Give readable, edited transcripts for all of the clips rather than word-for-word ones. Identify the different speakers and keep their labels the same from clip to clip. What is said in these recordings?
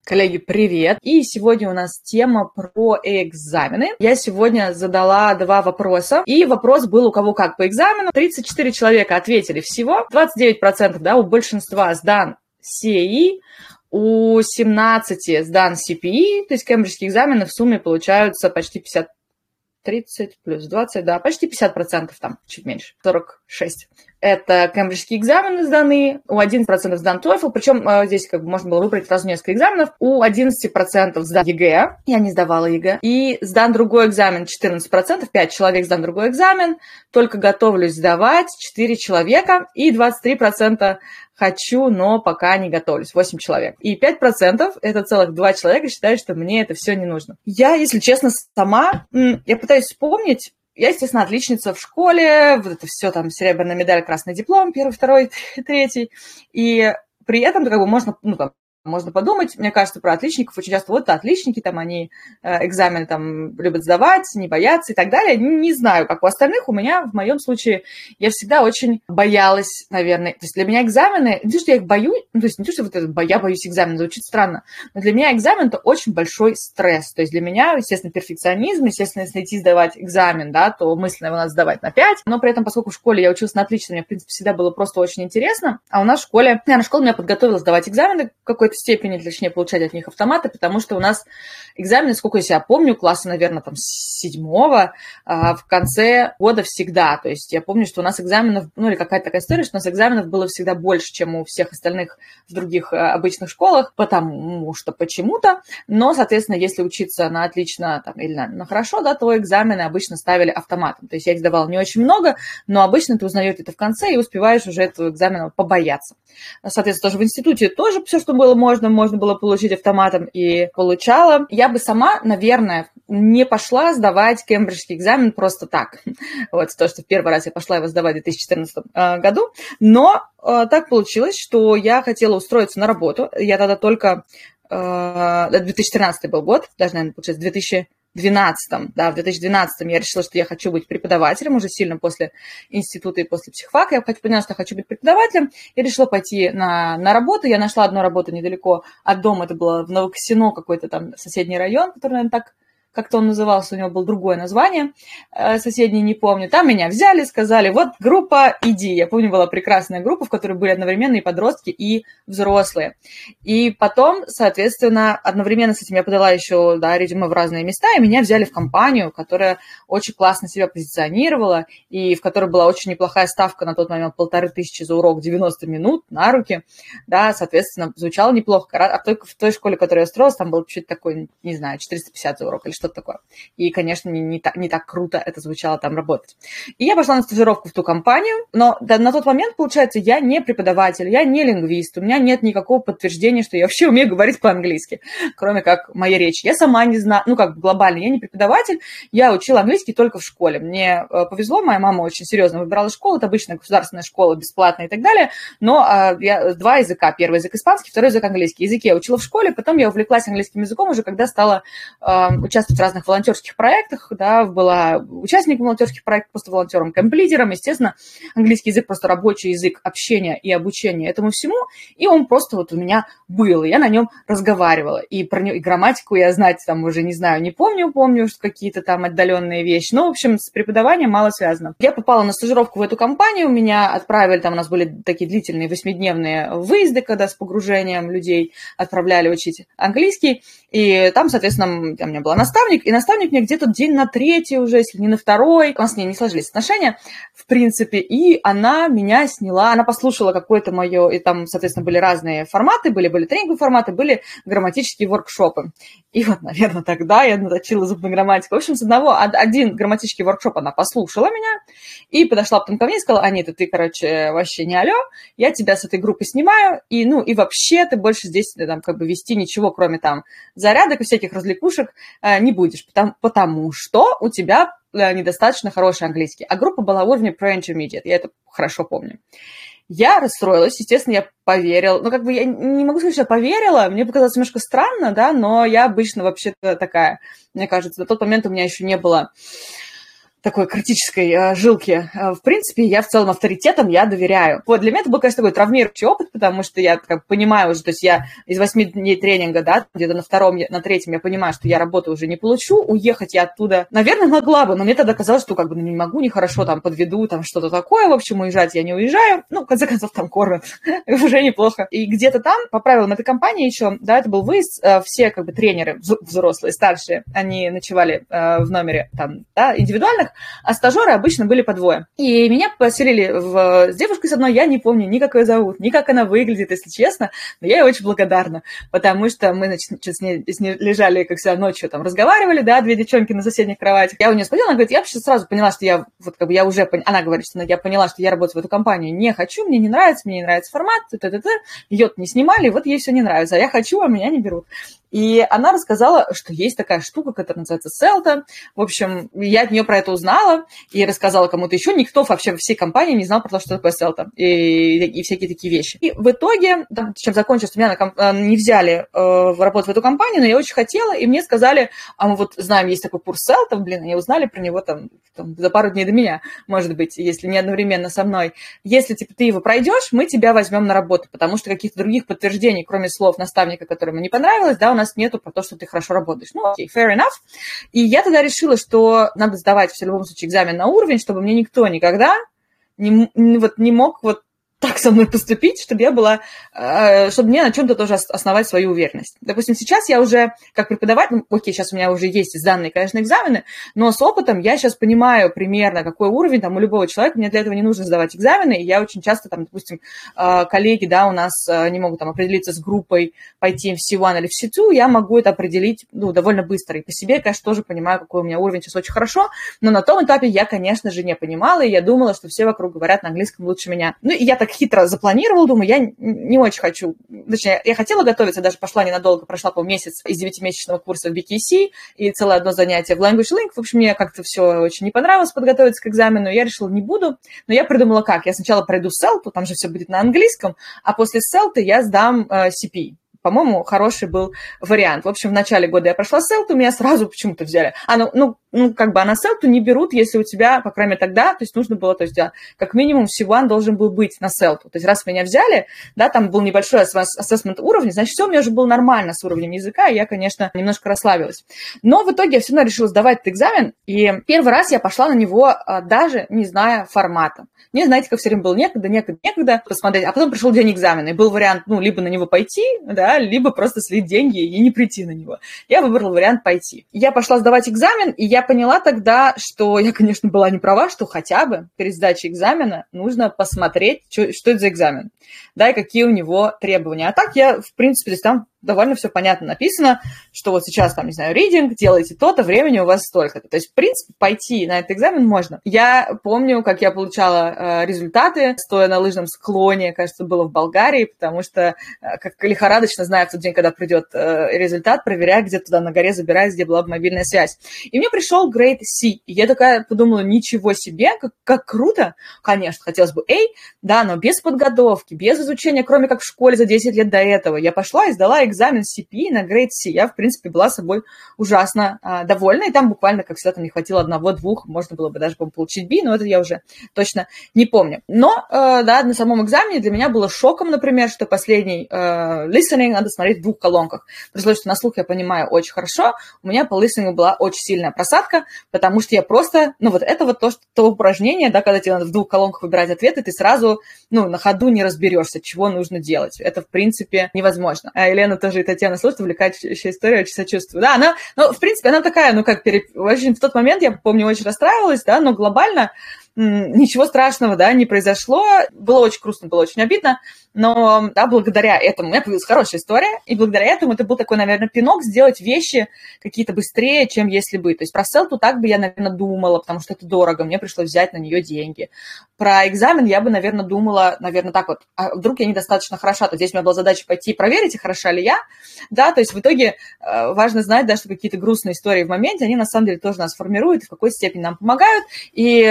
Speaker 1: Коллеги, привет! И сегодня у нас тема про экзамены. Я сегодня задала 2 вопроса, и вопрос был у кого как по экзамену. 34 человека ответили всего, 29%, да, у большинства сдан CAE, у 17 сдан CPE, то есть кембриджские экзамены в сумме получаются почти 30 плюс 20, да, почти 50%, там, чуть меньше, 46. Это кембриджские экзамены сданы, у 11% сдан TOEFL, причем здесь как бы можно было выбрать сразу несколько экзаменов, у 11% сдан ЕГЭ, я не сдавала ЕГЭ, и сдан другой экзамен 14%, 5 человек сдан другой экзамен, только готовлюсь сдавать 4 человека, и 23% хочу, но пока не готовлюсь, 8 человек. И 5% это целых 2 человека считают, что мне это все не нужно. Я, если честно, сама, я пытаюсь вспомнить. Я, естественно, отличница в школе, вот это все там, серебряная медаль, красный диплом, 1, 2, 3. И при этом как бы можно подумать, мне кажется, про отличников очень часто, вот отличники, там, они экзамены там любят сдавать, не боятся и так далее. Не знаю, как у остальных, у меня, в моем случае, я всегда очень боялась, наверное. То есть для меня экзамены, не то, что я их боюсь, то есть не то, что вот это, я боюсь экзамена, звучит странно, но для меня экзамен – это очень большой стресс. То есть для меня, естественно, перфекционизм, естественно, если идти сдавать экзамен, да, то мысленно его надо сдавать на 5, но при этом, поскольку в школе я училась на отлично, мне, в принципе, всегда было просто очень интересно, а у нас в школе, наверное, школа меня подготовила сдавать экзамены какой-то степени, точнее, получать от них автоматы, потому что у нас экзамены, сколько я себя помню, класса, наверное, там, 7-го, в конце года всегда. То есть я помню, что у нас экзаменов, или какая-то такая история, что у нас экзаменов было всегда больше, чем у всех остальных в других обычных школах, потому что почему-то. Но, соответственно, если учиться на отлично там, или на хорошо, да, то экзамены обычно ставили автоматом. То есть я их сдавала не очень много, но обычно ты узнаешь это в конце и успеваешь уже этого экзамена побояться. Соответственно, тоже в институте тоже все, что было можно было получить автоматом, и получала. Я бы сама, наверное, не пошла сдавать кембриджский экзамен просто так. Вот, то, что в первый раз я пошла его сдавать в 2014 году. Но так получилось, что я хотела устроиться на работу. Я тогда только... 2013 был год, даже, наверное, получается, в 2012 я решила, что я хочу быть преподавателем, уже сильно после института и после психфака. Я поняла, что я хочу быть преподавателем, и решила пойти на работу. Я нашла одну работу недалеко от дома, это было в Новокосино, какой-то там соседний район, который, наверное, так как-то он назывался, у него было другое название, соседний не помню. Там меня взяли, сказали, вот группа «Иди». Я помню, была прекрасная группа, в которой были одновременно и подростки, и взрослые. И потом, соответственно, одновременно с этим я подала еще, да, резюме в разные места, и меня взяли в компанию, которая очень классно себя позиционировала, и в которой была очень неплохая ставка на тот момент, 1500 за урок, 90 минут на руки, да, соответственно, звучало неплохо. А только в той школе, в которой я устроилась, там было чуть такой, не знаю, 450 за урок или что-то такое. И, конечно, не так круто это звучало там работать. И я пошла на стажировку в ту компанию, но на тот момент, получается, я не преподаватель, я не лингвист, у меня нет никакого подтверждения, что я вообще умею говорить по-английски, кроме как моей речи. Я сама не знаю, глобально, я не преподаватель, я учила английский только в школе. Мне повезло, моя мама очень серьезно выбирала школу, это обычная государственная школа, бесплатная и так далее, но я 2 языка, первый язык испанский, второй язык английский. Языки я учила в школе, потом я увлеклась английским языком уже, когда стала участвовать в разных волонтерских проектах, да, была участником волонтерских проектов, просто волонтером, кэмп-лидером, естественно, английский язык просто рабочий язык общения и обучения этому всему, и он просто вот у меня был, и я на нем разговаривала, и про него, и грамматику я знать там уже не знаю, не помню, что какие-то там отдаленные вещи, но, в общем, с преподаванием мало связано. Я попала на стажировку в эту компанию, меня отправили, там у нас были такие длительные 8-дневные выезды, когда с погружением людей отправляли учить английский, и там, соответственно, у меня была наставник, и наставник мне где-то день на 3 уже, если не на 2, у нас с ней не сложились отношения, в принципе, и она меня сняла, она послушала какое-то мое, и там, соответственно, были разные форматы, были тренинговые форматы, были грамматические воркшопы. И вот, наверное, тогда я наточила зуб на грамматику. В общем, один грамматический воркшоп она послушала меня и подошла потом ко мне и сказала, Анита, ты, короче, вообще не алё, я тебя с этой группы снимаю, и вообще ты больше здесь там как бы вести ничего, кроме там зарядок и всяких развлекушек не будешь, потому что у тебя недостаточно хороший английский. А группа была уровня pre-intermediate, я это хорошо помню. Я расстроилась, естественно, я поверила. Я не могу сказать, что я поверила, мне показалось немножко странно, да, но я обычно вообще-то такая, мне кажется, на тот момент у меня еще не было такой критической жилки. В принципе, я в целом авторитетам я доверяю. Вот, для меня это был, конечно, такой травмирующий опыт, потому что я как понимаю уже, то есть я из 8 дней тренинга, да, где-то на втором, на третьем я понимаю, что я работу уже не получу, уехать я оттуда, наверное, могла бы, но мне тогда казалось, что как бы не могу, нехорошо там подведу, там что-то такое, в общем, уезжать я не уезжаю, ну, в конце концов, там кормят, уже неплохо. И где-то там, по правилам этой компании еще, да, это был выезд, все как бы тренеры, взрослые, старшие, они ночевали в номере там, да, индивидуальных, а стажеры обычно были по двое. И меня поселили с девушкой с одной, я не помню ни как ее зовут, ни как она выглядит, если честно, но я ей очень благодарна, потому что мы, значит, с ней лежали, как всегда, ночью там разговаривали, да, две девчонки на соседних кроватях. Я у нее спросила, она говорит, я вообще сразу поняла, что я, вот как бы я уже, она говорит, что я поняла, что я работаю в эту компанию, не хочу, мне не нравится формат, ее не снимали, вот ей все не нравится, а я хочу, а меня не берут. И она рассказала, что есть такая штука, которая называется селта. В общем, я от нее про это узнала и рассказала кому-то еще. Никто вообще во всей компании не знал про то, что такое селта и всякие такие вещи. И в итоге, чем закончилось, меня не взяли в работу в эту компанию, но я очень хотела, и мне сказали, а мы вот знаем, есть такой курс селта, блин, и узнали про него там за пару дней до меня, может быть, если не одновременно со мной. Если типа ты его пройдешь, мы тебя возьмем на работу, потому что каких-то других подтверждений, кроме слов наставника, которому не понравилось, да, у нас нету про то, что ты хорошо работаешь. Ну, окей, fair enough. И я тогда решила, что надо сдавать в любом случае экзамен на уровень, чтобы мне никто никогда не мог вот так со мной поступить, чтобы я была, чтобы мне на чем-то тоже основать свою уверенность. Допустим, сейчас я уже как преподаватель, ну, окей, сейчас у меня уже есть сданные, конечно, экзамены, но с опытом я сейчас понимаю примерно, какой уровень там у любого человека, мне для этого не нужно сдавать экзамены, и я очень часто там, допустим, коллеги, да, у нас не могут там определиться с группой, пойти в C1 или в C2, я могу это определить, ну, довольно быстро, и по себе я, конечно, тоже понимаю, какой у меня уровень сейчас очень хорошо, но на том этапе я, конечно же, не понимала, и я думала, что все вокруг говорят на английском лучше меня. Ну, и я так хитро запланировала, думаю, я не очень хочу, точнее, я хотела готовиться, даже пошла ненадолго, прошла полмесяца из 9-месячного курса в BKC и целое одно занятие в Language Link. В общем, мне как-то все очень не понравилось подготовиться к экзамену, я решила, не буду, но я придумала как. Я сначала пройду селту, там же все будет на английском, а после селты я сдам CP. По-моему, хороший был вариант. В общем, в начале года я прошла селту, меня сразу почему-то взяли. Как бы, на селту не берут, если у тебя, по крайней мере, тогда, то есть нужно было, то есть, да, как минимум C1 должен был быть на селту. То есть, раз меня взяли, да, там был небольшой ассессмент уровня, значит, все у меня уже было нормально с уровнем языка, и я, конечно, немножко расслабилась. Но в итоге я все равно решила сдавать этот экзамен, и первый раз я пошла на него, даже не зная формата. Мне, знаете, как все время было некогда посмотреть, а потом пришел день экзамена, и был вариант, ну, либо на него пойти, да, либо просто слить деньги и не прийти на него. Я выбрала вариант пойти. Я пошла сдавать экзамен, и я поняла тогда, что я, конечно, была не права, что хотя бы перед сдачей экзамена нужно посмотреть, что это за экзамен, да, и какие у него требования. А так я, в принципе, то есть там довольно все понятно написано, что вот сейчас, там, не знаю, reading, делайте то-то, времени у вас столько-то. То есть, в принципе, пойти на этот экзамен можно. Я помню, как я получала результаты, стоя на лыжном склоне, кажется, было в Болгарии, потому что как лихорадочно, зная в тот день, когда придет результат, проверяя, где туда на горе забираюсь, где была бы мобильная связь. И мне пришел grade C. И я такая подумала, ничего себе, как круто. Конечно, хотелось бы A, да, но без подготовки, без изучения, кроме как в школе за 10 лет до этого. Я пошла и сдала экзамен CP на grade C. Я, в принципе, была собой ужасно довольна, и там буквально, как всегда, там не хватило одного-двух, можно было бы даже получить B, но это я уже точно не помню. Но, да, на самом экзамене для меня было шоком, например, что последний listening надо смотреть в 2 колонках. При условии, что на слух я понимаю очень хорошо, у меня по listening была очень сильная просадка, потому что я просто, ну, вот это вот то упражнение, да, когда тебе надо в 2 колонках выбирать ответы, ты сразу, ну, на ходу не разберешься, чего нужно делать. Это, в принципе, невозможно. А Елена тоже, и Татьяна слушает, увлекающая история, очень сочувствую. Да, она, ну, в принципе, она такая, ну, как, очень, в тот момент, я помню, очень расстраивалась, да, но глобально ничего страшного, да, не произошло. Было очень грустно, было очень обидно, но, да, благодаря этому у меня появилась хорошая история, и благодаря этому это был такой, наверное, пинок сделать вещи какие-то быстрее, чем если бы. То есть про селту так бы я, наверное, думала, потому что это дорого, мне пришлось взять на нее деньги. Про экзамен я бы, наверное, думала, наверное, так вот, а вдруг я недостаточно хороша, то здесь у меня была задача пойти и проверить, хороша ли я, да, то есть в итоге важно знать, да, что какие-то грустные истории в моменте, они на самом деле тоже нас формируют, и в какой степени нам помогают, и надо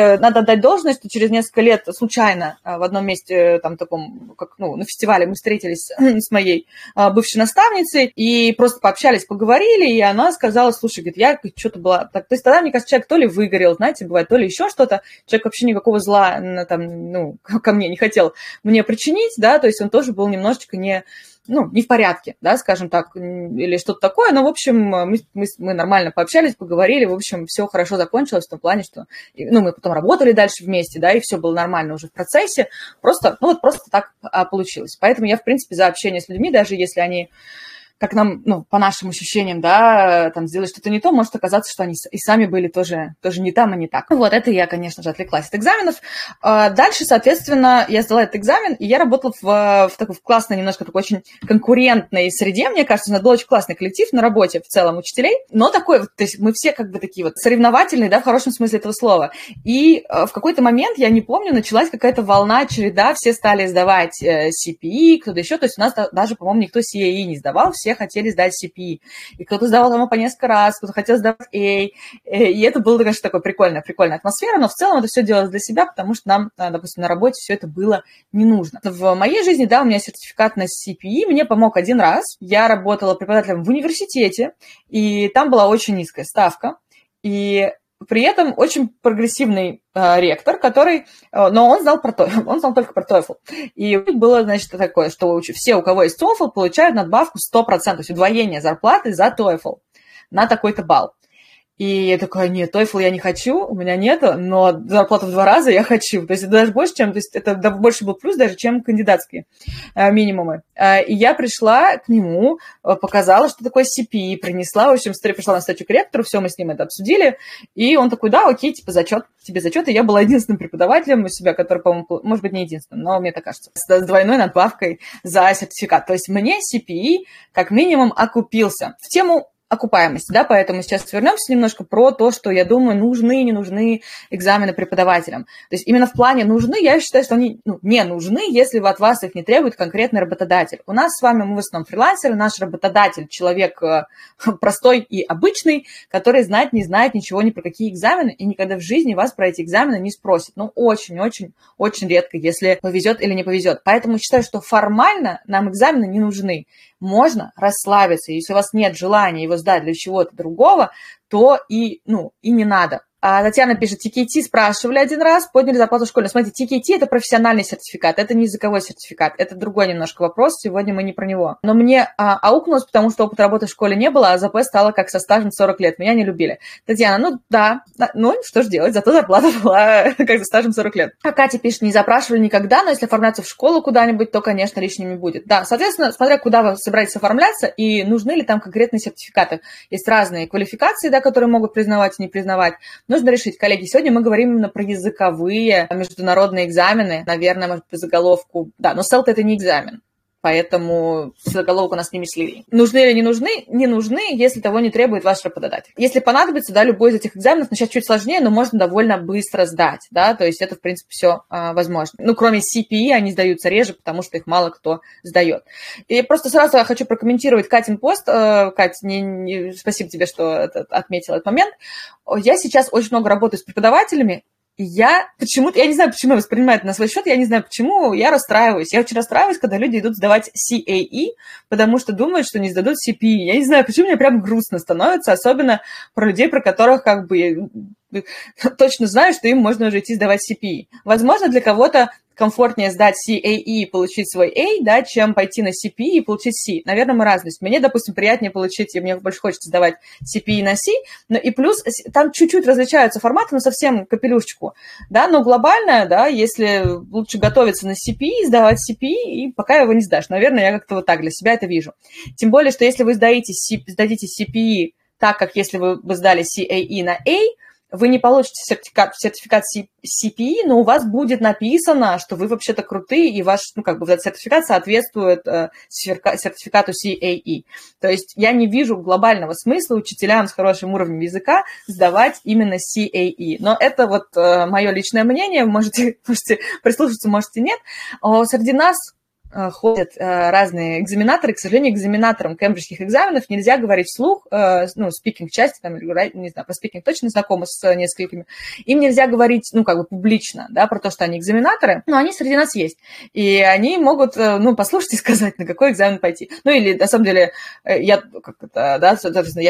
Speaker 1: отдать должное, что через несколько лет случайно в одном месте, там таком, как, ну, на фестивале мы встретились с моей бывшей наставницей и просто пообщались, поговорили, и она сказала, слушай, говорит, я что-то была... Так, то есть тогда, мне кажется, человек то ли выгорел, знаете, бывает, то ли еще что-то, человек вообще никакого зла там, ну, ко мне не хотел мне причинить, да, то есть он тоже был немножечко не в порядке, да, скажем так, или что-то такое, но, в общем, мы нормально пообщались, поговорили, в общем, все хорошо закончилось в том плане, что, ну, мы потом работали дальше вместе, да, и все было нормально уже в процессе, просто, ну, вот просто так получилось. Поэтому я, в принципе, за общение с людьми, даже если они, как нам, ну, по нашим ощущениям, да, там, сделать что-то не то, может оказаться, что они и сами были тоже не там, и не так. Вот, это я, конечно же, отвлеклась от экзаменов. Дальше, соответственно, я сдала этот экзамен, и я работала в такой классной, немножко такой очень конкурентной среде, мне кажется, у нас был очень классный коллектив на работе в целом учителей, но такой, то есть мы все как бы такие вот соревновательные, да, в хорошем смысле этого слова. И в какой-то момент, я не помню, началась какая-то волна, череда, все стали сдавать CPE, кто-то еще, то есть у нас даже, по-моему, никто CAE не сдавал, все хотели сдать CPE. И кто-то сдавал там по несколько раз, кто-то хотел сдавать A. И это была, конечно, такая прикольная атмосфера, но в целом это все делалось для себя, потому что нам, допустим, на работе все это было не нужно. В моей жизни, да, у меня сертификат на CPE мне помог один раз. Я работала преподавателем в университете, и там была очень низкая ставка. И при этом очень прогрессивный ректор, который, но он знал только про TOEFL. И было, значит, такое, что все, у кого есть TOEFL, получают надбавку 100%, то есть удвоение зарплаты за TOEFL на такой-то балл. И я такая, нет, TOEFL я не хочу, у меня нету, но зарплату в 2 раза я хочу. То есть это даже больше, чем, то есть это больше был плюс даже, чем кандидатские минимумы. И я пришла к нему, показала, что такое CPE, принесла, в общем, пришла на встречу к ректору, все, мы с ним это обсудили, и он такой, да, окей, типа, тебе зачет, и я была единственным преподавателем у себя, который, по-моему, может быть, не единственным, но мне так кажется, с двойной надбавкой за сертификат. То есть мне CPE как минимум окупился. В тему окупаемости, да, поэтому сейчас вернемся немножко про то, что, я думаю, нужны, не нужны экзамены преподавателям. То есть именно в плане нужны, я считаю, что они не нужны, если от вас их не требует конкретный работодатель. У нас с вами, мы в основном фрилансеры, наш работодатель человек простой и обычный, который знать не знает ничего ни про какие экзамены и никогда в жизни вас про эти экзамены не спросит. Ну, очень-очень-очень редко, если повезет или не повезет. Поэтому считаю, что формально нам экзамены не нужны. Можно расслабиться, если у вас нет желания его сдать для чего-то другого, то и не надо. А Татьяна пишет, TKT спрашивали один раз, подняли зарплату в школе. Смотрите, TKT – это профессиональный сертификат, это не языковой сертификат, это другой немножко вопрос, сегодня мы не про него. Но мне аукнулось, потому что опыта работы в школе не было, а АЗП стало как со стажем 40 лет, меня не любили. Татьяна, что ж делать, зато зарплата была как со стажем 40 лет. А Катя пишет, не запрашивали никогда, но если оформляться в школу куда-нибудь, то, конечно, лишним не будет. Да, соответственно, смотря куда вы собираетесь оформляться и нужны ли там конкретные сертификаты. Есть разные квалификации, да, которые могут признавать и не признавать. Нужно решить, коллеги, сегодня мы говорим именно про языковые международные экзамены, наверное, может, по заголовку, да, но CELT – это не экзамен, поэтому заголовок у нас не мислили. Нужны или не нужны? Не нужны, если того не требует ваш работодатель. Если понадобится, да, любой из этих экзаменов, начать чуть сложнее, но можно довольно быстро сдать, да, то есть это, в принципе, все возможно. Ну, кроме CPE, они сдаются реже, потому что их мало кто сдает. И просто сразу я хочу прокомментировать Катин пост. Кать, спасибо тебе, что отметила этот момент. Я сейчас очень много работаю с преподавателями, я не знаю, почему я воспринимаю это на свой счет, я не знаю, почему я расстраиваюсь. Я очень расстраиваюсь, когда люди идут сдавать CAE, потому что думают, что не сдадут CPE. Я не знаю, почему мне прям грустно становится, особенно про людей, про которых как бы точно знаю, что им можно уже идти сдавать CPE. Возможно, для кого-то комфортнее сдать CAE и получить свой A, да, чем пойти на CPE и получить C. Наверное, мы разные. Мне, допустим, приятнее получить, и мне больше хочется сдавать CPE на C, но и плюс там чуть-чуть различаются форматы, но совсем капелюшечку, да, но глобально, да, если лучше готовиться на CPE, сдавать CPE, и пока его не сдашь. Наверное, я как-то вот так для себя это вижу. Тем более, что если вы сдадите CPE так, как если вы сдали CAE на A, вы не получите сертификат CPE, но у вас будет написано, что вы вообще-то крутые, и ваш, этот сертификат соответствует сертификату CAE. То есть я не вижу глобального смысла учителям с хорошим уровнем языка сдавать именно CAE. Но это мое личное мнение, можете прислушаться, можете нет. Среди нас ходят разные экзаменаторы. К сожалению, экзаменаторам кембриджских экзаменов нельзя говорить вслух, ну, спикинг-части, там, не знаю, про спикинг точно знакомы с несколькими. Им нельзя говорить, ну, как бы публично, да, про то, что они экзаменаторы, но они среди нас есть. И они могут, ну, послушать и сказать, на какой экзамен пойти. Ну, или, на самом деле, я, как это, да, соответственно,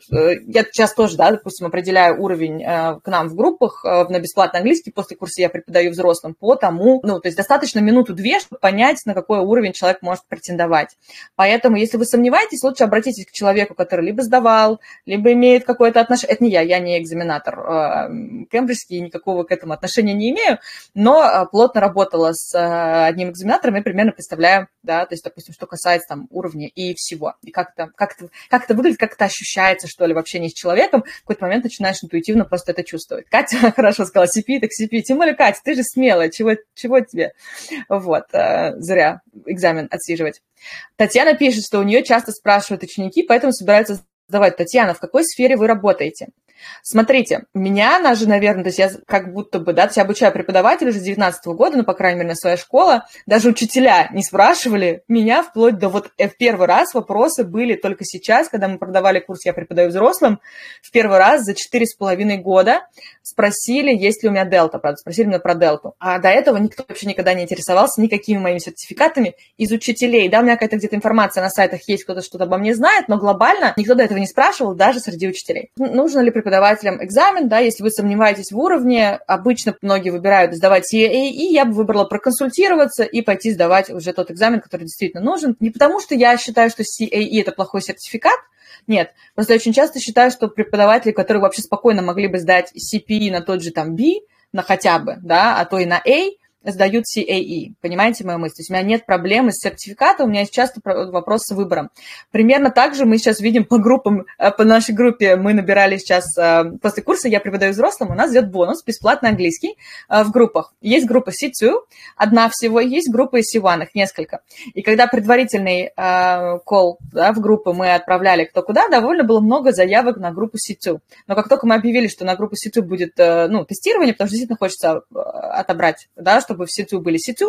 Speaker 1: я сейчас тоже, да, допустим, определяю уровень к нам в группах на бесплатный английский. После курса я преподаю взрослым по тому, ну, то есть достаточно минуту-две, чтобы понять, на какой уровень человек может претендовать. Поэтому, если вы сомневаетесь, лучше обратитесь к человеку, который либо сдавал, либо имеет какое-то отношение. Это не я не экзаменатор кембриджский, никакого к этому отношения не имею, но плотно работала с одним экзаменатором и примерно представляю, да, то есть, допустим, что касается там уровня и всего, и как это выглядит, как это ощущается, что ли, в общении с человеком, в какой-то момент начинаешь интуитивно просто это чувствовать. Катя хорошо сказала, CP, так CP, тем более, Катя, ты же смелая, чего тебе? Вот, зря экзамен отсиживать. Татьяна пишет, что у нее часто спрашивают ученики, поэтому собираются сдавать. Татьяна, в какой сфере вы работаете? Смотрите, меня, она же, наверное, то есть я как будто бы, да, то есть я обучаю преподавателей уже с 2019 года, ну, по крайней мере, на своя школа, даже учителя не спрашивали меня вплоть до вот в первый раз вопросы были только сейчас, когда мы продавали курс «Я преподаю взрослым», в первый раз за 4,5 года спросили, есть ли у меня дельта, правда, спросили меня про дельту. А до этого никто вообще никогда не интересовался никакими моими сертификатами из учителей. Да, у меня какая-то где-то информация на сайтах есть, кто-то что-то обо мне знает, но глобально никто до этого не спрашивал, даже среди учителей. Нужно ли преподавателям экзамен, да, если вы сомневаетесь в уровне, обычно многие выбирают сдавать CAE, я бы выбрала проконсультироваться и пойти сдавать уже тот экзамен, который действительно нужен. Не потому, что я считаю, что CAE – это плохой сертификат, нет, просто я очень часто считаю, что преподаватели, которые вообще спокойно могли бы сдать CPE на тот же там B, на хотя бы, да, а то и на A, сдают CAE. Понимаете мою мысль? То есть у меня нет проблемы с сертификатом, у меня есть часто вопрос с выбором. Примерно так же мы сейчас видим по группам, по нашей группе мы набирали сейчас, после курса «Я преподаю взрослым», у нас идет бонус, бесплатный английский в группах. Есть группа C2, одна всего, есть группа C1, их несколько. И когда предварительный колл, да, в группу мы отправляли кто куда, довольно было много заявок на группу C2. Но как только мы объявили, что на группу C2 будет, ну, тестирование, потому что действительно хочется отобрать, да, чтобы в C2 были C2,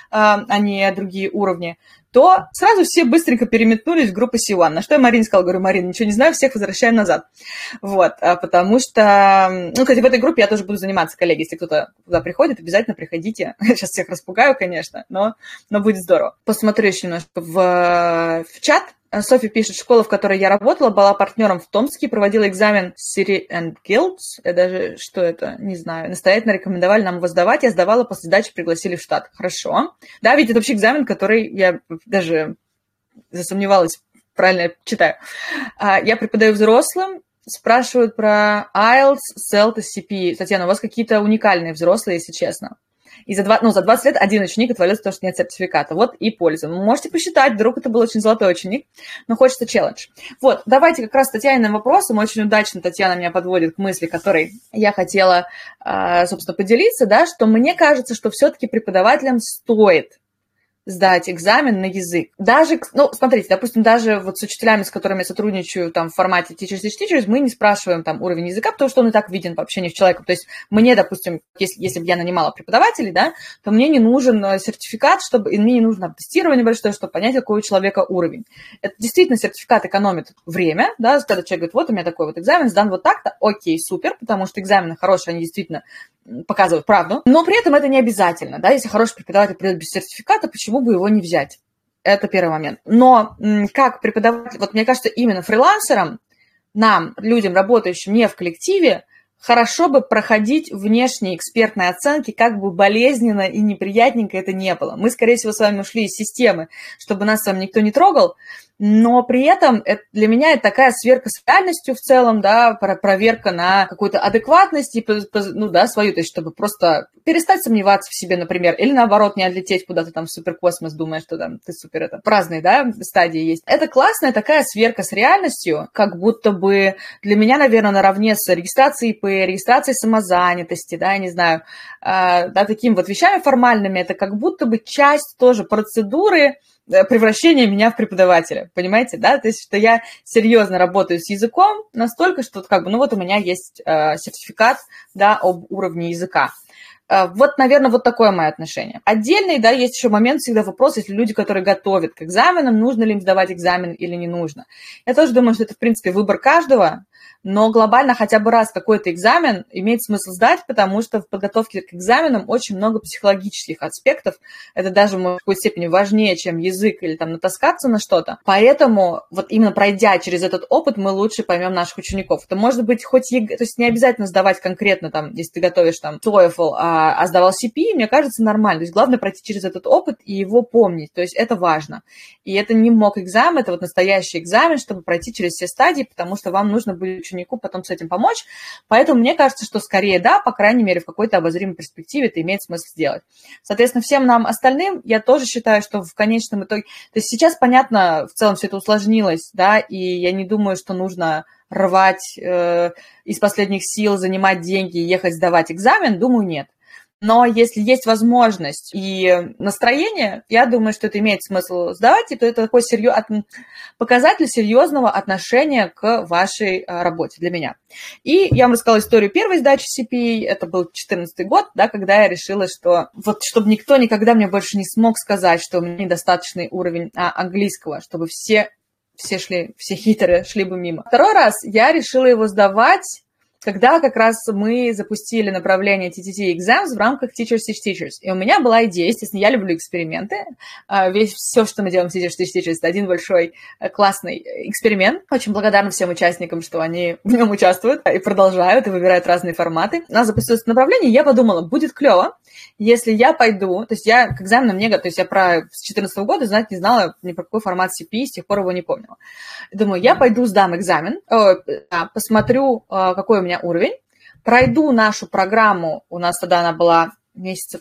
Speaker 1: а не другие уровни, то сразу все быстренько переметнулись в группу C1. На что я Марине сказала, говорю, Марина, ничего не знаю, всех возвращаем назад. Вот, потому что, ну, кстати, в этой группе я тоже буду заниматься, коллеги, если кто-то туда приходит, обязательно приходите. Сейчас всех распугаю, конечно, но будет здорово. Посмотрю еще немножко в чат. Софья пишет, школа, в которой я работала, была партнером в Томске, проводила экзамен City and Guilds. Я даже, что это, не знаю. Настоятельно рекомендовали нам его сдавать. Я сдавала, после сдачи пригласили в штат. Хорошо. Да, ведь это вообще экзамен, который я даже засомневалась, правильно я читаю. Я преподаю взрослым. Спрашивают про IELTS, CELT и CP. Татьяна, у вас какие-то уникальные взрослые, если честно. И за 20 лет один ученик отвалился, потому что нет сертификата. Вот и польза. Можете посчитать, вдруг это был очень золотой ученик, но хочется челлендж. Вот, давайте как раз Татьяниным вопросом. Очень удачно Татьяна меня подводит к мысли, которой я хотела, собственно, поделиться, да, что мне кажется, что все-таки преподавателям стоит сдать экзамен на язык. Даже, ну, смотрите, допустим, даже вот с учителями, с которыми я сотрудничаю там в формате Teachers, мы не спрашиваем там уровень языка, потому что он и так виден по общению с человеком. То есть мне, допустим, если бы я нанимала преподавателей, да, то мне не нужен сертификат, и мне не нужно тестирование большое, чтобы понять, какой у человека уровень. Это действительно сертификат экономит время, да, когда человек говорит, вот у меня такой вот экзамен, сдан вот так-то, окей, супер, потому что экзамены хорошие, они действительно показывают правду, но при этом это не обязательно, да, если хороший преподаватель придет без сертификата, почему бы его не взять? Это первый момент. Но как преподаватель, вот мне кажется, именно фрилансерам, нам, людям, работающим не в коллективе, хорошо бы проходить внешние экспертные оценки, как бы болезненно и неприятненько это не было. Мы, скорее всего, с вами ушли из системы, чтобы нас с вами никто не трогал, но при этом для меня это такая сверка с реальностью в целом, да, проверка на какую-то адекватность и, ну да, свою, то есть чтобы просто перестать сомневаться в себе, например, или наоборот не отлететь куда-то там в суперкосмос, думая, что там ты супер, это в разные, да, стадии есть. Это классная такая сверка с реальностью, как будто бы для меня, наверное, наравне с регистрацией ИП, регистрацией самозанятости, да, я не знаю, да, такими вот вещами формальными, это как будто бы часть тоже процедуры превращение меня в преподавателя, понимаете, да, то есть, что я серьезно работаю с языком настолько, что как бы, ну вот у меня есть сертификат, да, об уровне языка. Вот, наверное, вот такое мое отношение. Отдельный, да, есть еще момент, всегда вопрос, если люди, которые готовят к экзаменам, нужно ли им сдавать экзамен или не нужно. Я тоже думаю, что это, в принципе, выбор каждого, но глобально хотя бы раз какой-то экзамен имеет смысл сдать, потому что в подготовке к экзаменам очень много психологических аспектов. Это даже в какой-то степени важнее, чем язык или там натаскаться на что-то. Поэтому вот именно пройдя через этот опыт, мы лучше поймем наших учеников. Это может быть хоть ЕГЭ, то есть не обязательно сдавать конкретно, там, если ты готовишь там TOEFL, а сдавал CPE, мне кажется, нормально. То есть главное пройти через этот опыт и его помнить. То есть это важно. И это не мок-экзамен, это вот настоящий экзамен, чтобы пройти через все стадии, потому что вам нужно будет ученику потом с этим помочь. Поэтому мне кажется, что скорее да, по крайней мере, в какой-то обозримой перспективе это имеет смысл сделать. Соответственно, всем нам остальным я тоже считаю, что в конечном итоге... То есть сейчас, понятно, в целом все это усложнилось, да, и я не думаю, что нужно рвать из последних сил, занимать деньги и ехать сдавать экзамен, думаю, нет. Но если есть возможность и настроение, я думаю, что это имеет смысл сдавать, и то это такой показатель серьезного отношения к вашей работе для меня. И я вам рассказала историю первой сдачи CPA, это был 2014 год, да, когда я решила, что вот чтобы никто никогда мне больше не смог сказать, что у меня недостаточный уровень английского, чтобы все хитрые шли бы мимо. Второй раз я решила его сдавать, когда как раз мы запустили направление TTT Exams в рамках Teachers Teach Teachers. И у меня была идея, естественно, я люблю эксперименты. Все, что мы делаем в Teachers Teach Teachers, это один большой классный эксперимент. Очень благодарна всем участникам, что они в нем участвуют и продолжают, и выбирают разные форматы. У нас запустилось направление, и я подумала, будет клево, если я пойду, то есть я к экзаменам то есть я с 2014 года знать не знала ни про какой формат CPE, с тех пор его не помнила. Думаю, я пойду сдам экзамен, посмотрю, какой у меня уровень, пройду нашу программу, у нас тогда она была месяцев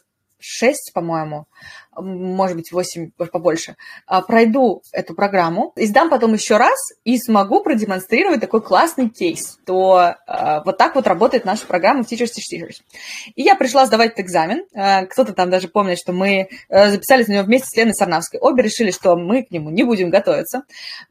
Speaker 1: 6, по-моему, может быть, 8, побольше, пройду эту программу и сдам потом еще раз и смогу продемонстрировать такой классный кейс, то вот так вот работает наша программа в Teachers Teach Teachers. И я пришла сдавать этот экзамен, кто-то там даже помнит, что мы записались на него вместе с Леной Сарнавской, обе решили, что мы к нему не будем готовиться,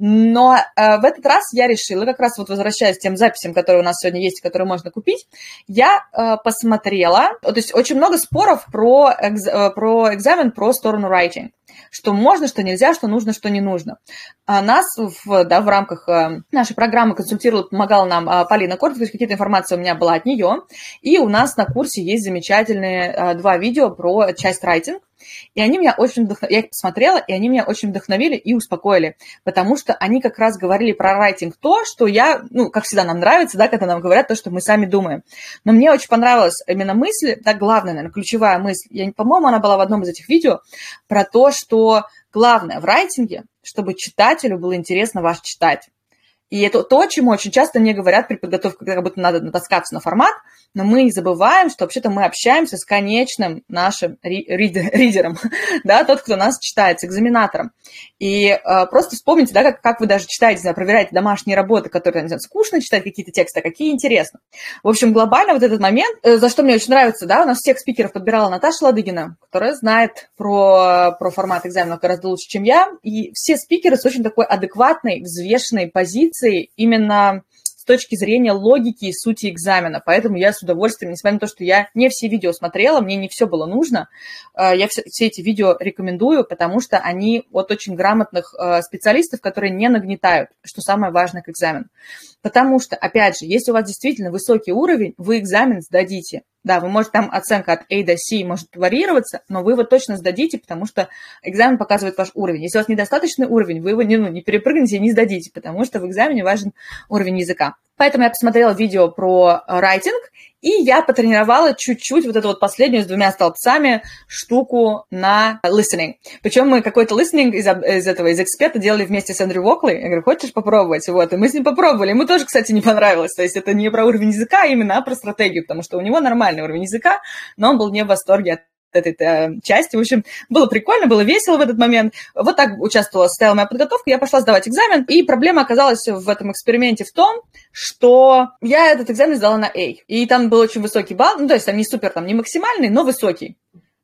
Speaker 1: но в этот раз я решила, как раз вот возвращаясь к тем записям, которые у нас сегодня есть, которые можно купить, я посмотрела, то есть очень много споров про экзамен, про сторону writing, что можно, что нельзя, что нужно, что не нужно. Нас в рамках нашей программы консультировала, помогала нам Полина Корт, то есть какие-то информации у меня была от нее, и у нас на курсе есть замечательные 2 видео про часть writing, и они меня очень вдохновили, я их посмотрела, и они меня очень вдохновили и успокоили, потому что они как раз говорили про writing то, что как всегда нам нравится, да, когда нам говорят то, что мы сами думаем. Но мне очень понравилась именно мысль, да, главная, наверное, ключевая мысль, по-моему, она была в одном из этих видео, про то, что главное в райтинге, чтобы читателю было интересно вас читать. И это то, чему очень часто мне говорят при подготовке, когда как будто надо натаскаться на формат, но мы забываем, что вообще-то мы общаемся с конечным нашим ридером, да, тот, кто нас читает, с экзаменатором. И просто вспомните, да, как вы даже читаете, проверяете домашние работы, которые, не знаю, скучно читать какие-то тексты, а какие интересно. В общем, глобально вот этот момент, за что мне очень нравится, да, у нас всех спикеров подбирала Наташа Ладыгина, которая знает про формат экзаменов гораздо лучше, чем я, и все спикеры с очень такой адекватной, взвешенной позицией, именно с точки зрения логики и сути экзамена. Поэтому я с удовольствием, несмотря на то, что я не все видео смотрела, мне не все было нужно, я все эти видео рекомендую, потому что они от очень грамотных специалистов, которые не нагнетают, что самое важное к экзамену. Потому что, опять же, если у вас действительно высокий уровень, вы экзамен сдадите. Да, вы можете, там оценка от A до C может варьироваться, но вы его точно сдадите, потому что экзамен показывает ваш уровень. Если у вас недостаточный уровень, вы его не перепрыгнете и не сдадите, потому что в экзамене важен уровень языка. Поэтому я посмотрела видео про writing, и я потренировала чуть-чуть вот эту вот последнюю с 2 столбцами штуку на listening. Причем мы какой-то listening из эксперта делали вместе с Эндрю Уокли. Я говорю, хочешь попробовать? Вот, и мы с ним попробовали. Ему тоже, кстати, не понравилось. То есть это не про уровень языка, а именно про стратегию, потому что у него нормальный уровень языка, но он был не в восторге от этой части. В общем, было прикольно, было весело в этот момент. Вот так состояла моя подготовка. Я пошла сдавать экзамен, и проблема оказалась в этом эксперименте в том, что я этот экзамен сдала на A. И там был очень высокий балл, то есть там не супер, не максимальный, но высокий.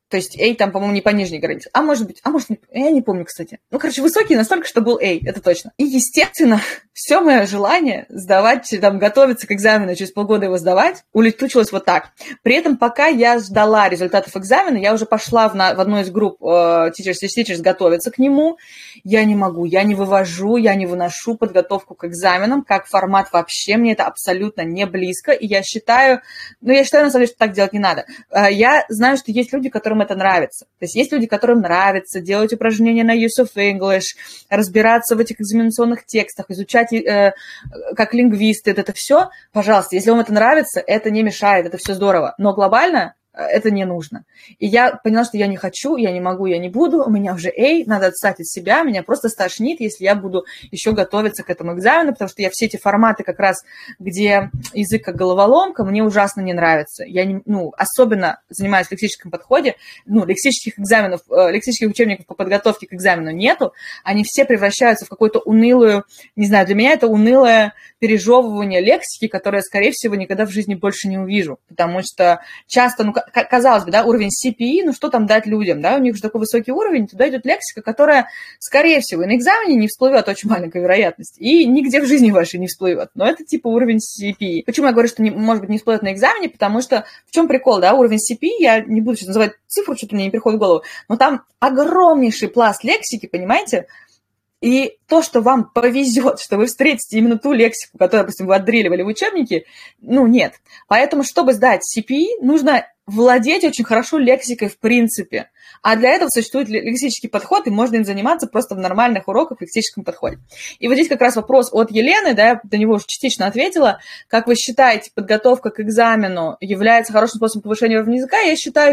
Speaker 1: То есть A там, по-моему, не по нижней границе. А может быть, я не помню, кстати. Ну, короче, высокий настолько, что был A, это точно. И, естественно, все мое желание сдавать, там, готовиться к экзамену, через полгода его сдавать, улетучилось вот так. При этом, пока я ждала результатов экзамена, я уже пошла в одну из групп Teachers готовиться к нему. Я не могу, я не вывожу, я не выношу подготовку к экзаменам, как формат вообще, мне это абсолютно не близко. И я считаю, на самом деле, что так делать не надо. Я знаю, что есть люди, которым это нравится. То есть есть люди, которым нравится делать упражнения на Use of English, разбираться в этих экзаменационных текстах, изучать как лингвисты, это все. Пожалуйста, если вам это нравится, это не мешает, это все здорово. Но глобально это не нужно. И я поняла, что я не хочу, я не могу, я не буду, у меня уже надо отстать от себя, меня просто стошнит, если я буду еще готовиться к этому экзамену, потому что я все эти форматы как раз, где язык как головоломка, мне ужасно не нравится. Я особенно занимаюсь в лексическом подходе, лексических учебников по подготовке к экзамену нету, они все превращаются в какую-то унылую, не знаю, для меня это унылое пережевывание лексики, которое, скорее всего, никогда в жизни больше не увижу, потому что часто, казалось бы, да, уровень CPE, что там дать людям, да, у них же такой высокий уровень, туда идет лексика, которая, скорее всего, и на экзамене не всплывет, очень маленькая вероятность, и нигде в жизни вашей не всплывет, но это типа уровень CPE. Почему я говорю, что, может быть, не всплывет на экзамене, потому что в чем прикол, да, уровень CPE, я не буду сейчас называть цифру, что-то мне не приходит в голову, но там огромнейший пласт лексики, понимаете. И то, что вам повезет, что вы встретите именно ту лексику, которую, допустим, вы отдриливали в учебнике, нет. Поэтому, чтобы сдать CPE, нужно владеть очень хорошо лексикой в принципе. А для этого существует лексический подход, и можно им заниматься просто в нормальных уроках в лексическом подходе. И вот здесь как раз вопрос от Елены, да, я до него уже частично ответила. Как вы считаете, подготовка к экзамену является хорошим способом повышения уровня языка? Я считаю,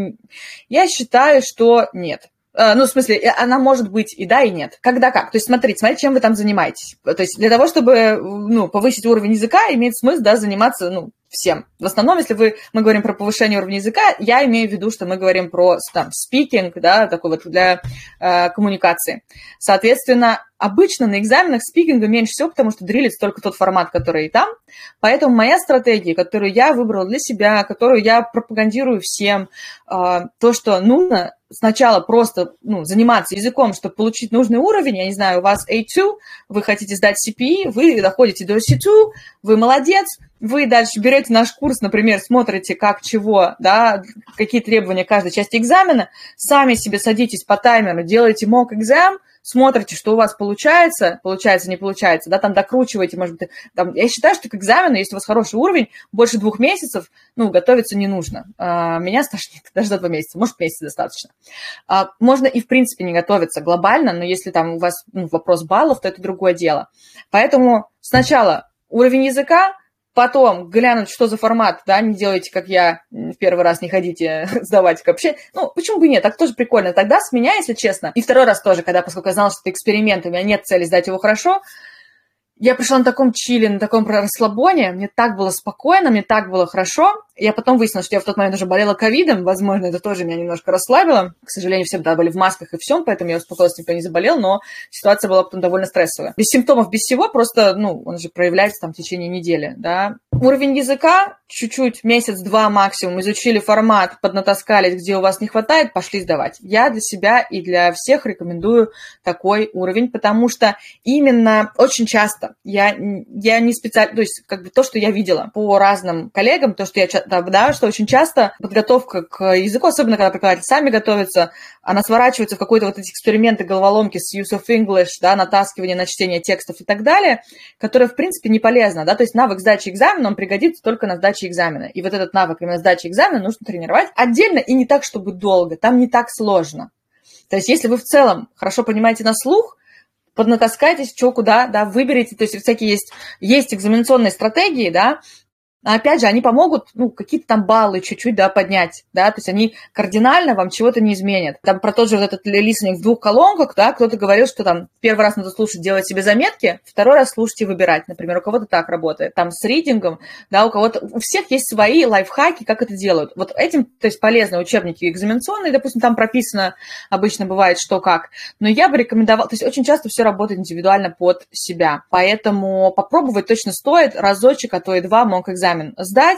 Speaker 1: что нет. В смысле, она может быть и да, и нет. Когда как? То есть смотрите, чем вы там занимаетесь. То есть для того, чтобы повысить уровень языка, имеет смысл, да, заниматься, всем. В основном, если мы говорим про повышение уровня языка, я имею в виду, что мы говорим про спикинг, да, такой вот для коммуникации. Соответственно, обычно на экзаменах спикинга меньше всего, потому что дрилится только тот формат, который и там. Поэтому моя стратегия, которую я выбрала для себя, которую я пропагандирую всем, то, что нужно сначала просто заниматься языком, чтобы получить нужный уровень. Я не знаю, у вас A2, вы хотите сдать CPE, вы доходите до C2, вы молодец, вы дальше берете наш курс, например, смотрите, как, чего, да, какие требования каждой части экзамена, сами себе садитесь по таймеру, делаете mock-экзам, смотрите, что у вас получается, не получается, да, там докручиваете, может быть, там, я считаю, что к экзамену, если у вас хороший уровень, больше 2 месяцев, готовиться не нужно. Меня стошнит даже до 2 месяца, может, месяц достаточно. Можно и, в принципе, не готовиться глобально, но если там у вас вопрос баллов, то это другое дело. Поэтому сначала уровень языка, потом глянуть, что за формат, да, не делайте, как я, в первый раз не ходите сдавать вообще. Почему бы нет, так тоже прикольно. Тогда с меня, если честно, и второй раз тоже, поскольку я знала, что это эксперимент, у меня нет цели сдать его хорошо, я пришла на таком чиле, на таком расслабоне, мне так было спокойно, мне так было хорошо. Я потом выяснила, что я в тот момент уже болела ковидом, возможно, это тоже меня немножко расслабило. К сожалению, все тогда были в масках и всем, поэтому я успокоилась, никто не заболел, но ситуация была потом довольно стрессовая. Без симптомов, без всего, просто, он же проявляется там в течение недели, да. Уровень языка, чуть-чуть, месяц-два максимум, изучили формат, поднатаскались, где у вас не хватает, пошли сдавать. Я для себя и для всех рекомендую такой уровень, потому что именно очень часто я не специально, то есть то, что я видела по разным коллегам, то, что я да, что очень часто подготовка к языку, особенно когда преподаватели сами готовятся, она сворачивается в какой-то вот эти эксперименты, головоломки с use of English, да, натаскивание на чтение текстов и так далее, которое, в принципе, не полезно, да, то есть навык сдачи экзамена, он пригодится только на сдаче экзамена, и вот этот навык именно сдачи экзамена нужно тренировать отдельно и не так, чтобы долго, там не так сложно. То есть если вы в целом хорошо понимаете на слух, поднатаскайтесь, что, куда, да, выберите, то есть всякие есть экзаменационные стратегии, да, опять же, они помогут, какие-то там баллы чуть-чуть, да, поднять, да, то есть они кардинально вам чего-то не изменят. Там про тот же вот этот listening в 2 колонках, да, кто-то говорил, что там первый раз надо слушать, делать себе заметки, второй раз слушать и выбирать, например, у кого-то так работает. Там с ридингом, да, у всех есть свои лайфхаки, как это делают. Вот этим, то есть полезны учебники экзаменационные, допустим, там прописано обычно бывает что как, но я бы рекомендовала, то есть очень часто все работает индивидуально под себя, поэтому попробовать точно стоит разочек, а то и 2 mock-экзамен сдать,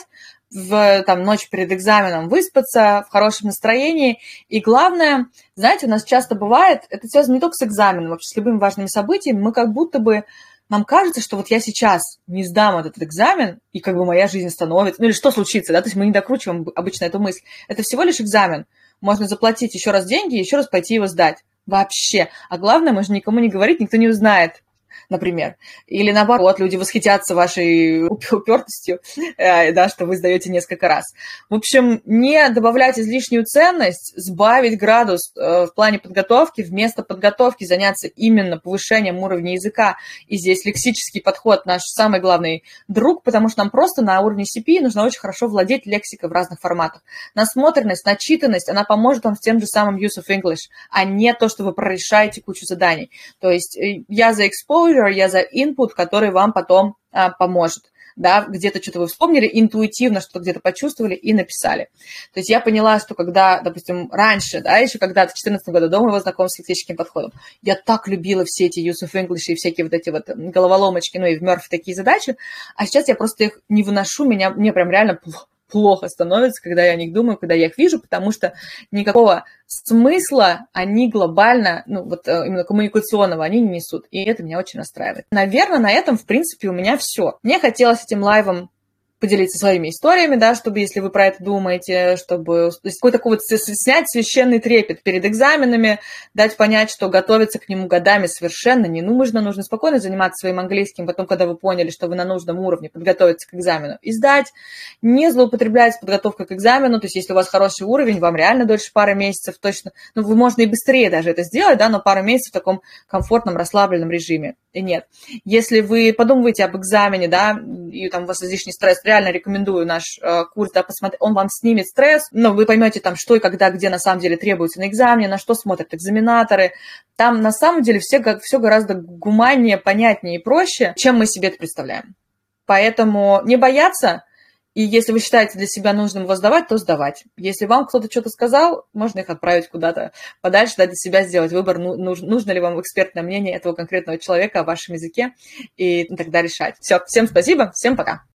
Speaker 1: в там, ночь перед экзаменом выспаться, в хорошем настроении. И главное, знаете, у нас часто бывает, это связано не только с экзаменом, вообще с любыми важными событиями, мы как будто бы, нам кажется, что вот я сейчас не сдам этот экзамен, и как бы моя жизнь остановится, ну или что случится, да, то есть мы не докручиваем обычно эту мысль. Это всего лишь экзамен. Можно заплатить еще раз деньги и еще раз пойти его сдать. Вообще. А главное, можно никому не говорить, никто не узнает, например. Или наоборот, люди восхитятся вашей упертостью, да, что вы сдаете несколько раз. В общем, не добавлять излишнюю ценность, сбавить градус в плане подготовки, вместо подготовки заняться именно повышением уровня языка. И здесь лексический подход наш самый главный друг, потому что нам просто на уровне CP нужно очень хорошо владеть лексикой в разных форматах. Насмотренность, начитанность, она поможет вам с тем же самым use of English, а не то, что вы прорешаете кучу заданий. То есть я за exposure, я за input, который вам потом поможет. Да, где-то что-то вы вспомнили, интуитивно что-то где-то почувствовали и написали. То есть я поняла, что когда, допустим, раньше, да, еще когда-то в 2014 году до моего знакомства с лексическим подходом, я так любила все эти use of English и всякие вот эти вот головоломочки, ну и в Murphy такие задачи, а сейчас я просто их не выношу, мне прям реально плохо становится, когда я о них думаю, когда я их вижу, потому что никакого смысла они глобально, ну вот именно коммуникационного, они не несут. И это меня очень расстраивает. Наверное, на этом, в принципе, у меня все. Мне хотелось этим лайвом поделиться своими историями, да, чтобы, если вы про это думаете, чтобы какой-то такой вот снять священный трепет перед экзаменами, дать понять, что готовиться к нему годами совершенно не нужно, нужно спокойно заниматься своим английским, потом, когда вы поняли, что вы на нужном уровне, подготовиться к экзамену и сдать, не злоупотреблять подготовкой к экзамену, то есть если у вас хороший уровень, вам реально дольше пары месяцев точно, ну, вы можно и быстрее даже это сделать, да, но пару месяцев в таком комфортном, расслабленном режиме. И нет. Если вы подумываете об экзамене, да, и там у вас излишний стресс, реально рекомендую наш курс, да, посмотреть, он вам снимет стресс, но вы поймете там, что и когда, где на самом деле требуется на экзамене, на что смотрят экзаменаторы. Там на самом деле все гораздо гуманнее, понятнее и проще, чем мы себе это представляем. Поэтому не бояться, и если вы считаете для себя нужным его сдавать, то сдавать. Если вам кто-то что-то сказал, можно их отправить куда-то подальше, дать для себя сделать выбор, нужно ли вам экспертное мнение этого конкретного человека о вашем языке, и тогда решать. Все, всем спасибо, всем пока.